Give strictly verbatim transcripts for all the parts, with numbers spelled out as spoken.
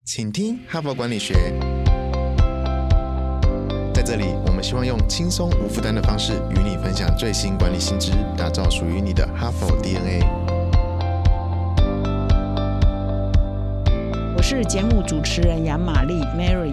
请听哈佛管理学。在这里，我们希望用轻松无负担的方式与你分享最新管理新知，打造属于你的哈佛 D N A。 我是节目主持人杨玛丽 Mary。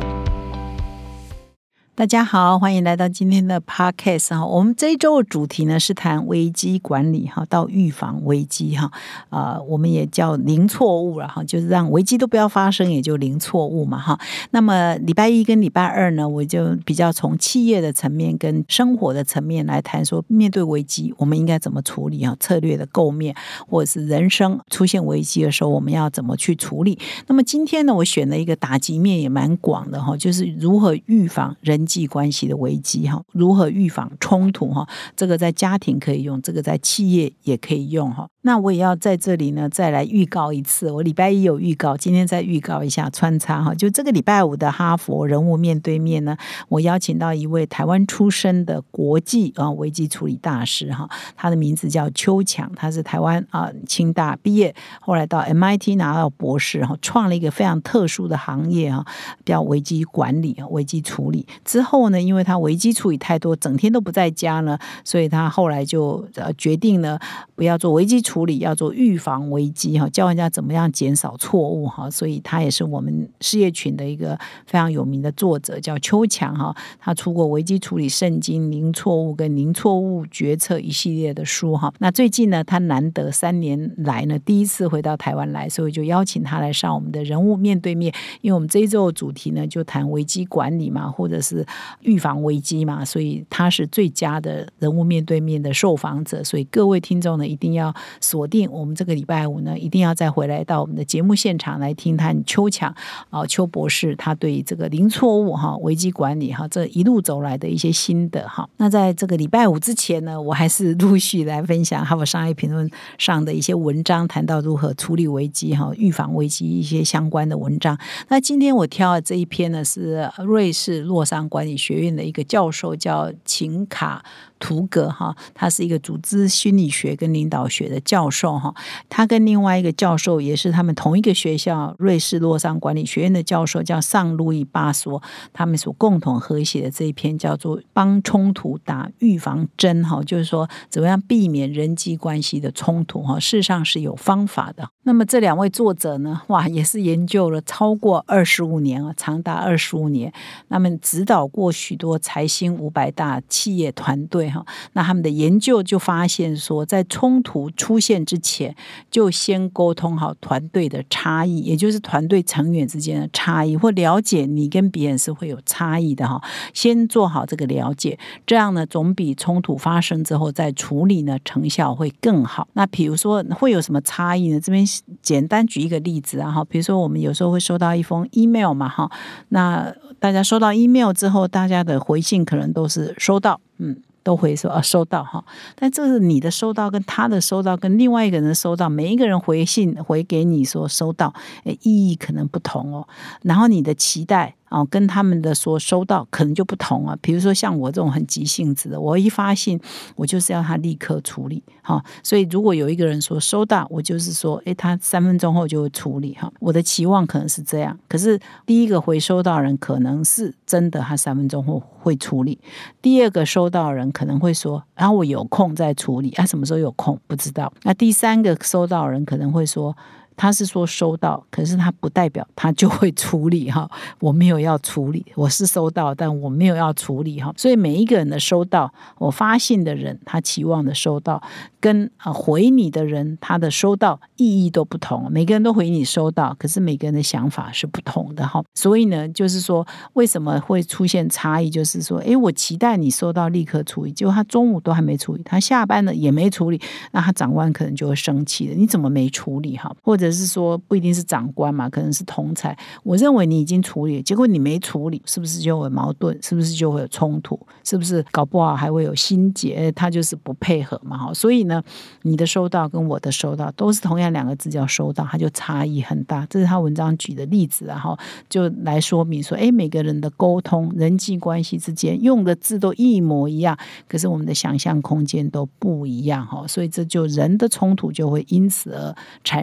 大家好，欢迎来到今天的 Podcast。 我们这一周的主题呢是谈危机管理到预防危机，呃、我们也叫零错误了，就是让危机都不要发生，也就零错误嘛。那么礼拜一跟礼拜二呢，我就比较从企业的层面跟生活的层面来谈说，面对危机我们应该怎么处理，策略的构面，或者是人生出现危机的时候我们要怎么去处理。那么今天呢，我选了一个打击面也蛮广的，就是如何预防人际关系的危机，如何预防冲突，这个在家庭可以用，这个在企业也可以用。那我也要在这里呢再来预告一次，我礼拜一有预告，今天再预告一下穿插，就这个礼拜五的哈佛人物面对面呢，我邀请到一位台湾出身的国际危机处理大师，他的名字叫邱强，他是台湾清大毕业，后来到 M I T 拿到博士，创了一个非常特殊的行业，叫危机管理、危机处理。之后呢，因为他危机处理太多，整天都不在家呢，所以他后来就决定呢，不要做危机处理，要做预防危机，教人家怎么样减少错误。所以他也是我们事业群的一个非常有名的作者，叫邱强。他出过危机处理圣经、零错误跟零错误决策一系列的书。那最近呢，他难得三年来呢第一次回到台湾来，所以就邀请他来上我们的人物面对面。因为我们这一周的主题呢就谈危机管理嘛，或者是预防危机嘛，所以他是最佳的人物面对面的受访者。所以各位听众呢一定要锁定我们这个礼拜五呢，一定要再回来到我们的节目现场来听他邱强、呃、邱博士他对这个零错误、哈、危机管理、哈、这一路走来的一些心得。哈，那在这个礼拜五之前呢，我还是陆续来分享哈佛商业评论上的一些文章，谈到如何处理危机、哈、预防危机一些相关的文章。那今天我挑的这一篇呢是瑞士洛桑管理学院的一个教授，叫秦卡图格，他是一个组织心理学跟领导学的教授。他跟另外一个教授也是他们同一个学校瑞士洛桑管理学院的教授，叫尚路易巴索，他们所共同合写的这一篇叫做帮冲突打预防针，就是说怎么样避免人际关系的冲突，事实上是有方法的。那么这两位作者呢，哇，也是研究了超过二十五年，长达二十五年，他们指导过许多财新五百大企业团队。那他们的研究就发现说，在冲突出现之前就先沟通好团队的差异，也就是团队成员之间的差异，或了解你跟别人是会有差异的，先做好这个了解，这样呢总比冲突发生之后再处理呢成效会更好。那比如说会有什么差异呢？这边简单举一个例子啊，比如说我们有时候会收到一封 email 嘛，那大家收到 email 之后，大家的回信可能都是收到，嗯都会说、啊、收到哈，但这是你的收到跟他的收到跟另外一个人的收到，每一个人回信回给你说收到，意义可能不同哦。然后你的期待哦，跟他们的说收到可能就不同啊。比如说像我这种很急性子的，我一发信我就是要他立刻处理，哦，所以如果有一个人说收到，我就是说诶他三分钟后就会处理，哦，我的期望可能是这样。可是第一个回收到人可能是真的他三分钟后会处理，第二个收到人可能会说然后，啊，我有空再处理，啊，什么时候有空不知道。那第三个收到人可能会说他是说收到，可是他不代表他就会处理哈。我没有要处理，我是收到，但我没有要处理哈。所以每一个人的收到，我发信的人他期望的收到，跟回你的人他的收到意义都不同。每个人都回你收到，可是每个人的想法是不同的哈。所以呢，就是说为什么会出现差异，就是说，诶，我期待你收到立刻处理，结果他中午都还没处理，他下班了也没处理，那他长官可能就会生气了，你怎么没处理哈？或者是说不一定是长官嘛，可能是同侪，我认为你已经处理，结果你没处理，是不是就会有矛盾？是不是就会有冲突？是不是搞不好还会有心结？他就是不配合嘛。所以呢，你的收到跟我的收到都是同样两个字叫收到，它就差异很大。这是他文章举的例子，然后就来说明说，哎，每个人的沟通人际关系之间用的字都一模一样，可是我们的想象空间都不一样，所以这就人的冲突就会因此而产生。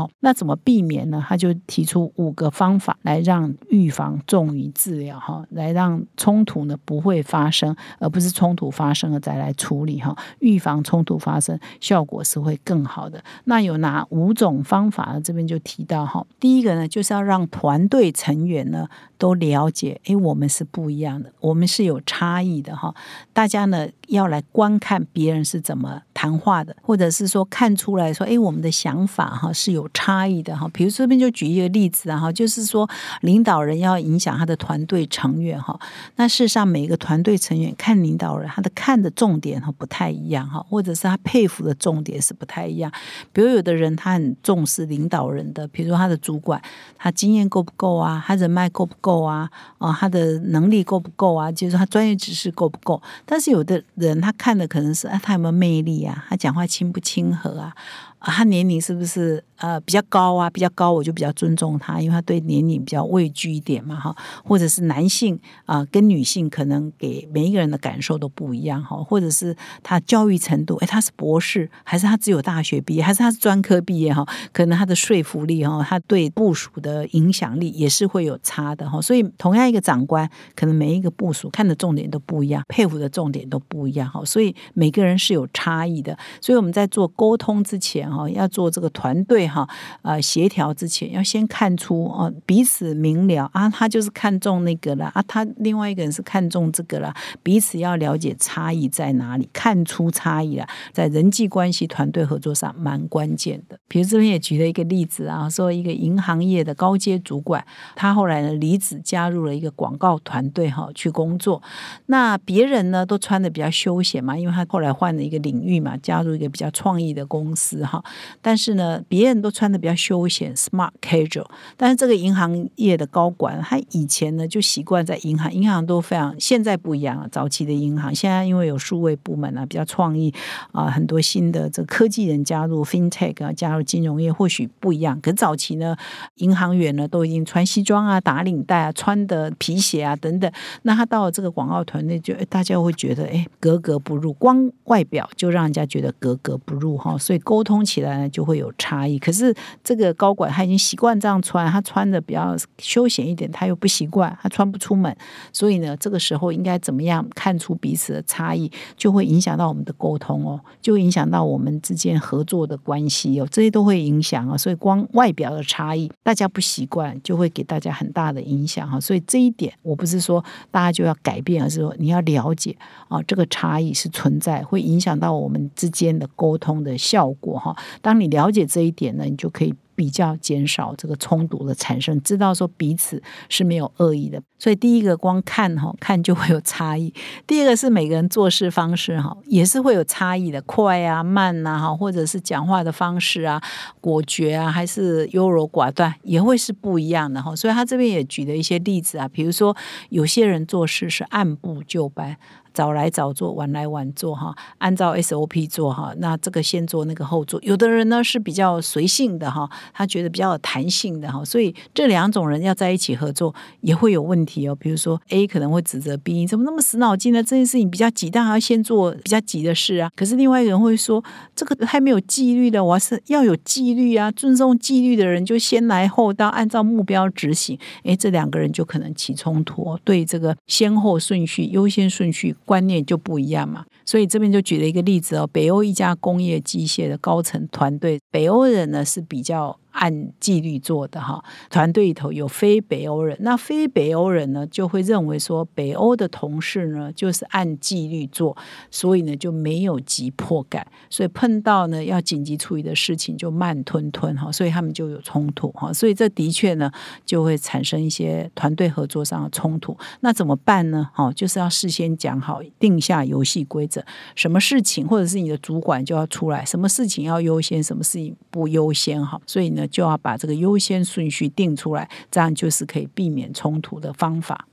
那怎么避免呢？他就提出五个方法来让预防重于治疗，来让冲突呢不会发生，而不是冲突发生了再来处理，预防冲突发生效果是会更好的。那有哪五种方法呢？这边就提到，第一个呢就是要让团队成员呢都了解，诶，我们是不一样的，我们是有差异的，大家呢要来观看别人是怎么谈话的，或者是说看出来说，诶，我们的想法是有差异的。比如说这边就举一个例子，就是说领导人要影响他的团队成员，那事实上每个团队成员看领导人他的看的重点不太一样，或者是他佩服的重点是不太一样。比如有的人他很重视领导人的，比如说他的主管他经验够不够啊，他人脉够不够啊，哦、他的能力够不够啊，就是他专业知识够不够。但是有的人他看的可能是、啊、他有没有魅力啊，他讲话亲不亲和啊，啊他年龄是不是呃比较高啊，比较高我就比较尊重他，因为他对年龄比较畏惧一点嘛哈。或者是男性啊、呃、跟女性可能给每一个人的感受都不一样哈，或者是他教育程度，诶他是博士还是他只有大学毕业，还是他是专科毕业哈，可能他的说服力哈，他对部属的影响力也是会有差的哈。所以同样一个长官，可能每一个部属看的重点都不一样，佩服的重点都不一样哈，所以每个人是有差异的。所以我们在做沟通之前哈，要做这个团队哈呃协调之前，要先看出哦彼此明了啊，他就是看重那个了啊，他另外一个人是看重这个了，彼此要了解差异在哪里，看出差异了，在人际关系团队合作上蛮关键的。比如这边也举了一个例子啊，说一个银行业的高阶主管，他后来呢离职加入了一个广告团队哈去工作。那别人呢都穿的比较休闲嘛，因为他后来换了一个领域嘛，加入一个比较创意的公司哈。但是呢别人都穿的比较休闲 smart casual， 但是这个银行业的高管他以前呢就习惯在银行，银行都非常，现在不一样了，早期的银行现在因为有数位部门啊，比较创意啊、呃，很多新的这个科技人加入 fintech 啊，加入金融业或许不一样。可是早期呢银行员呢都已经穿西装啊，打领带啊，穿的皮鞋啊等等，那他到了这个广告团队就大家会觉得哎格格不入，光外表就让人家觉得格格不入哈，所以沟通起来呢就会有差异。可是这个高管他已经习惯这样穿，他穿的比较休闲一点，他又不习惯，他穿不出门，所以呢这个时候应该怎么样看出彼此的差异，就会影响到我们的沟通哦，就会影响到我们之间合作的关系哦，这些都会影响哦。所以光外表的差异大家不习惯，就会给大家很大的影响哈。所以这一点我不是说大家就要改变，而是说你要了解啊，这个差异是存在，会影响到我们之间的沟通的效果哈。当你了解这一点呢，你就可以比较减少这个冲突的产生，知道说彼此是没有恶意的。所以第一个光看看就会有差异，第二个是每个人做事方式也是会有差异的，快啊慢啊，或者是讲话的方式啊，果决啊还是优柔寡断也会是不一样的。所以他这边也举了一些例子啊，比如说有些人做事是按部就班，早来早做晚来晚做哈，按照 S O P 做哈，那这个先做那个后做。有的人呢是比较随性的哈，他觉得比较有弹性的哈，所以这两种人要在一起合作也会有问题哦。比如说 A 可能会指责 B 你怎么那么死脑筋呢，这件事情比较急，但还要先做比较急的事啊。可是另外一个人会说这个还没有纪律的，我还是要有纪律啊，尊重纪律的人就先来后到，按照目标执行。诶，这两个人就可能起冲突哦，对这个先后顺序优先顺序观念就不一样嘛。所以这边就举了一个例子哦，北欧一家工业机械的高层团队，北欧人呢是比较按纪律做的哈，团队里头有非北欧人，那非北欧人呢就会认为说北欧的同事呢就是按纪律做，所以呢就没有急迫感，所以碰到呢要紧急处理的事情就慢吞吞哈，所以他们就有冲突哈，所以这的确呢就会产生一些团队合作上的冲突。那怎么办呢？哦，就是要事先讲好，定下游戏规则，什么事情或者是你的主管就要出来，什么事情要优先，什么事情不优先哈，所以呢就要把这个优先顺序定出来，这样就是可以避免冲突的方法。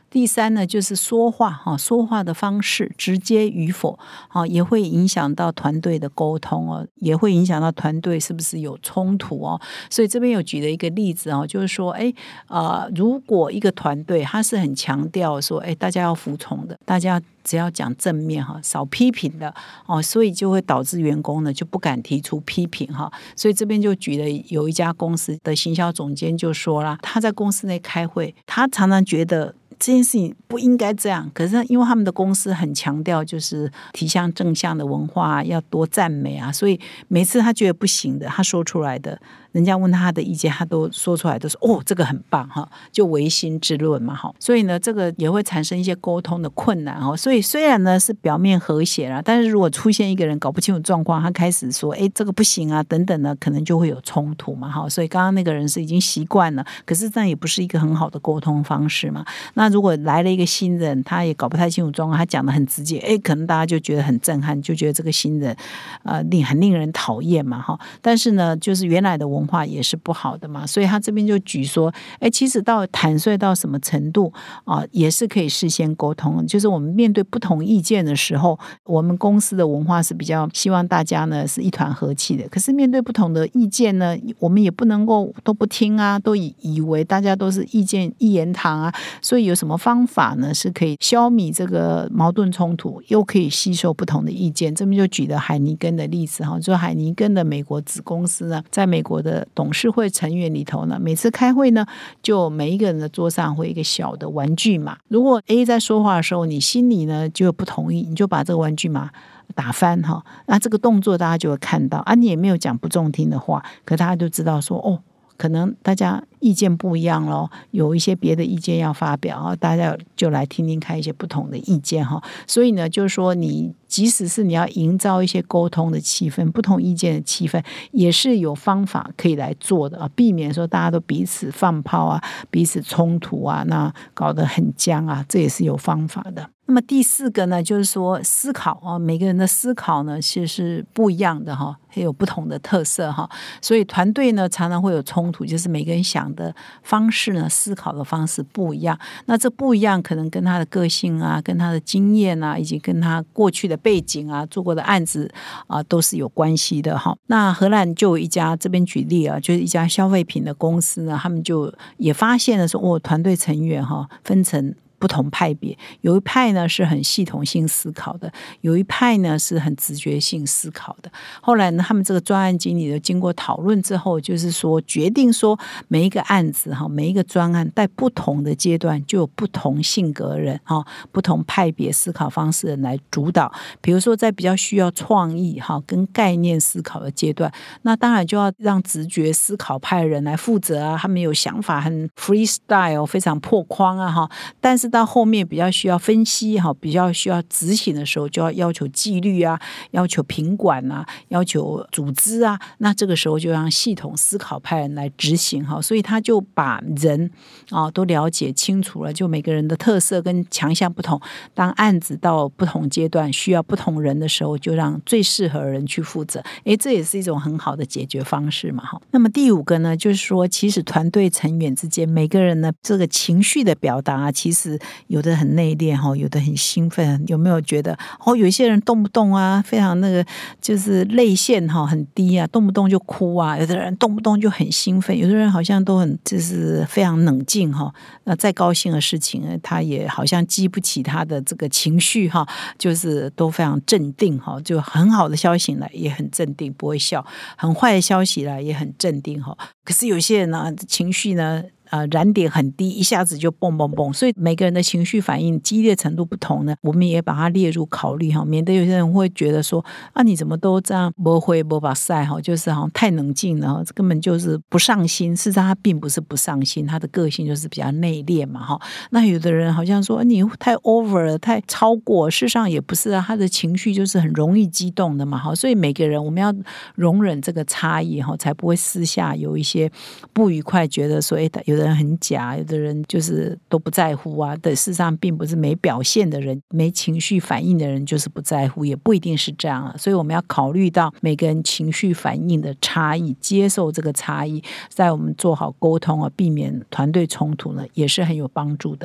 第三呢，就是说话哈，说话的方式直接与否，啊，也会影响到团队的沟通哦，也会影响到团队是不是有冲突哦。所以这边有举了一个例子哦，就是说，哎，呃，如果一个团队他是很强调说，哎，大家要服从的，大家只要讲正面哈，少批评的哦，所以就会导致员工呢就不敢提出批评哈。所以这边就举了有一家公司的行销总监就说啦，他在公司内开会，他常常觉得这件事情不应该这样，可是因为他们的公司很强调就是提倡正向的文化，要多赞美啊，所以每次他觉得不行的，他说出来的，人家问他的意见，他都说出来，都说哦，这个很棒哈，就唯心之论嘛哈。所以呢，这个也会产生一些沟通的困难哈。所以虽然呢是表面和谐啦，但是如果出现一个人搞不清楚状况，他开始说，哎，这个不行啊，等等呢，可能就会有冲突嘛哈。所以刚刚那个人是已经习惯了，可是这也不是一个很好的沟通方式嘛。那如果来了一个新人，他也搞不太清楚状况，他讲得很直接，哎，可能大家就觉得很震撼，就觉得这个新人呃令很令人讨厌嘛哈。但是呢，就是原来的文化也是不好的嘛，所以他这边就举说，哎，其实到坦率到什么程度啊、呃，也是可以事先沟通。就是我们面对不同意见的时候，我们公司的文化是比较希望大家呢是一团和气的。可是面对不同的意见呢，我们也不能够都不听啊，都以以为大家都是意见一言堂啊。所以有什么方法呢，是可以消弭这个矛盾冲突，又可以吸收不同的意见？这边就举了海尼根的例子哈，就海尼根的美国子公司呢，在美国的董事会成员里头呢，每次开会呢，就每一个人的桌上会有一个小的玩具码。如果 A 在说话的时候，你心里呢就不同意，你就把这个玩具码打翻哈，那这个动作大家就会看到啊，你也没有讲不中听的话，可大家就知道说哦，可能大家意见不一样咯，有一些别的意见要发表，大家就来听听看一些不同的意见哈。所以呢，就是说你即使是你要营造一些沟通的气氛，不同意见的气氛，也是有方法可以来做的啊，避免说大家都彼此放炮啊，彼此冲突啊，那搞得很僵啊，这也是有方法的。那么第四个呢，就是说思考啊，每个人的思考呢其实是不一样的哈，也有不同的特色哈，所以团队呢常常会有冲突，就是每个人想的方式呢，思考的方式不一样。那这不一样，可能跟他的个性啊，跟他的经验啊，以及跟他过去的背景啊，做过的案子啊，都是有关系的哈。那荷兰就有一家，这边举例啊，就是一家消费品的公司呢，他们就也发现了说，哦，团队成员哈分成不同派别，有一派呢是很系统性思考的，有一派呢是很直觉性思考的。后来呢，他们这个专案经理经过讨论之后，就是说决定说每一个案子哈，每一个专案在不同的阶段就有不同性格人哈，不同派别思考方式的人来主导。比如说在比较需要创意哈跟概念思考的阶段，那当然就要让直觉思考派的人来负责啊，他们有想法很 freestyle 非常破框啊哈，但是到后面比较需要分析哈，比较需要执行的时候，就要要求纪律啊，要求品管啊，要求组织啊，那这个时候就让系统思考派人来执行哈，所以他就把人啊都了解清楚了，就每个人的特色跟强项不同，当案子到不同阶段需要不同人的时候，就让最适合的人去负责。诶，这也是一种很好的解决方式嘛哈。那么第五个呢，就是说其实团队成员之间每个人呢这个情绪的表达啊，其实有的很内敛哈，有的很兴奋。有没有觉得哦，有一些人动不动啊非常那个就是泪腺哈很低啊，动不动就哭啊，有的人动不动就很兴奋，有的人好像都很就是非常冷静哈。那再高兴的事情他也好像激不起他的这个情绪哈，就是都非常镇定哈，就很好的消息来也很镇定不会笑，很坏的消息来也很镇定哈。可是有些人呢情绪呢呃，燃点很低，一下子就蹦蹦蹦，所以每个人的情绪反应激烈程度不同呢，我们也把它列入考虑哈，免得有些人会觉得说啊，你怎么都这样不会不把赛哈，就是好像太冷静了，根本就是不上心。事实上他并不是不上心，他的个性就是比较内敛嘛哈。那有的人好像说你太 over 了，太超过，事实上也不是啊，他的情绪就是很容易激动的嘛哈。所以每个人我们要容忍这个差异哈，才不会私下有一些不愉快，觉得说哎，有的人很假，有的人就是都不在乎啊。但事实上并不是没表现的人，没情绪反应的人就是不在乎，也不一定是这样啊。所以我们要考虑到每个人情绪反应的差异，接受这个差异，在我们做好沟通啊，避免团队冲突呢，也是很有帮助的。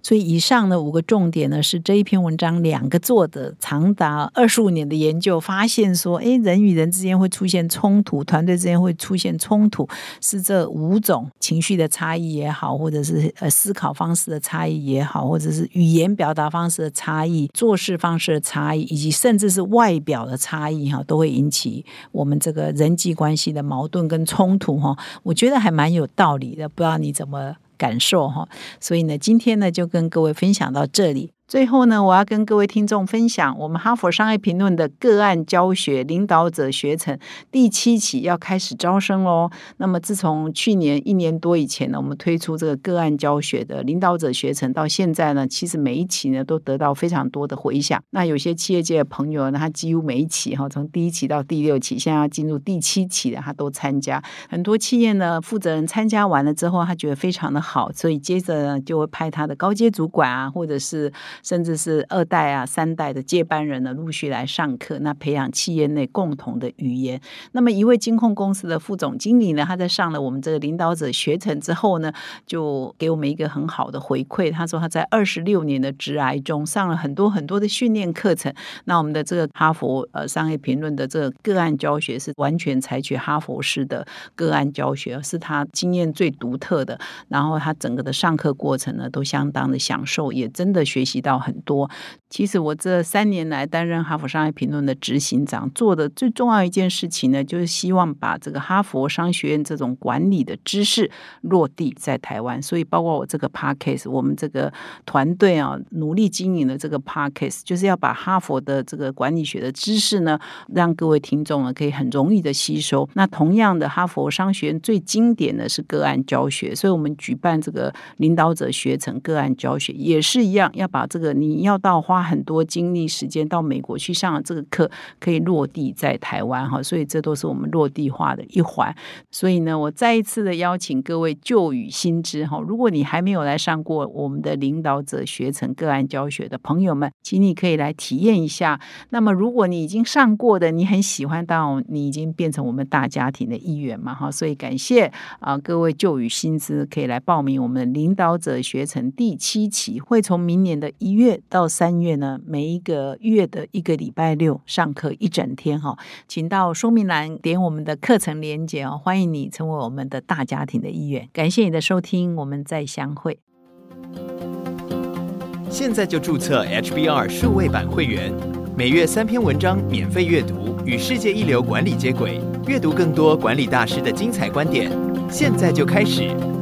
所以以上呢五个重点呢是这一篇文章两个作者长达二十五年的研究发现说，诶，人与人之间会出现冲突，团队之间会出现冲突，是这五种情绪的差异也好，或者是呃思考方式的差异也好，或者是语言表达方式的差异，做事方式的差异，以及甚至是外表的差异哈，都会引起我们这个人际关系的矛盾跟冲突哈。我觉得还蛮有道理的，不知道你怎么感受哈。所以呢，今天呢就跟各位分享到这里。最后呢，我要跟各位听众分享我们哈佛商业评论的个案教学领导者学程第七期要开始招生咯。那么自从去年一年多以前呢，我们推出这个个案教学的领导者学程，到现在呢，其实每一期呢都得到非常多的回响。那有些企业界的朋友呢，他几乎每一期哈，从第一期到第六期，现在要进入第七期的，他都参加。很多企业呢，负责人参加完了之后，他觉得非常的好，所以接着呢就会派他的高阶主管啊，或者是甚至是二代啊、三代的接班人呢，陆续来上课，那培养企业内共同的语言。那么一位金控公司的副总经理呢，他在上了我们这个领导者学程之后呢，就给我们一个很好的回馈。他说他在二十六年的职涯中上了很多很多的训练课程。那我们的这个哈佛呃商业评论的这个个案教学是完全采取哈佛式的个案教学，是他经验最独特的。然后他整个的上课过程呢，都相当的享受，也真的学习到很多。其实我这三年来担任哈佛商业评论的执行长，做的最重要一件事情呢，就是希望把这个哈佛商学院这种管理的知识落地在台湾。所以包括我这个 podcast， 我们这个团队啊，努力经营的这个 podcast， 就是要把哈佛的这个管理学的知识呢，让各位听众呢可以很容易的吸收。那同样的，哈佛商学院最经典的是个案教学，所以我们举办这个领导者学程个案教学也是一样，要把这个你要到花很多精力时间到美国去上这个课，可以落地在台湾哈，所以这都是我们落地化的一环。所以呢，我再一次的邀请各位旧与新知哈，如果你还没有来上过我们的领导者学程个案教学的朋友们，请你可以来体验一下。那么如果你已经上过的，你很喜欢，到你已经变成我们大家庭的一员嘛哈，所以感谢啊各位旧与新知可以来报名我们的领导者学程第七期，会从明年的一月到三月呢，每一个月的一个礼拜六上课一整天哈，请到说明栏点我们的课程连结哦，欢迎你成为我们的大家庭的一员。感谢你的收听，我们再相会。 现在就注册 H B R 数位版会员，每月三篇文章免费阅读，与世界一流管理接轨，阅读更多管理大师的精彩观点。现在就开始。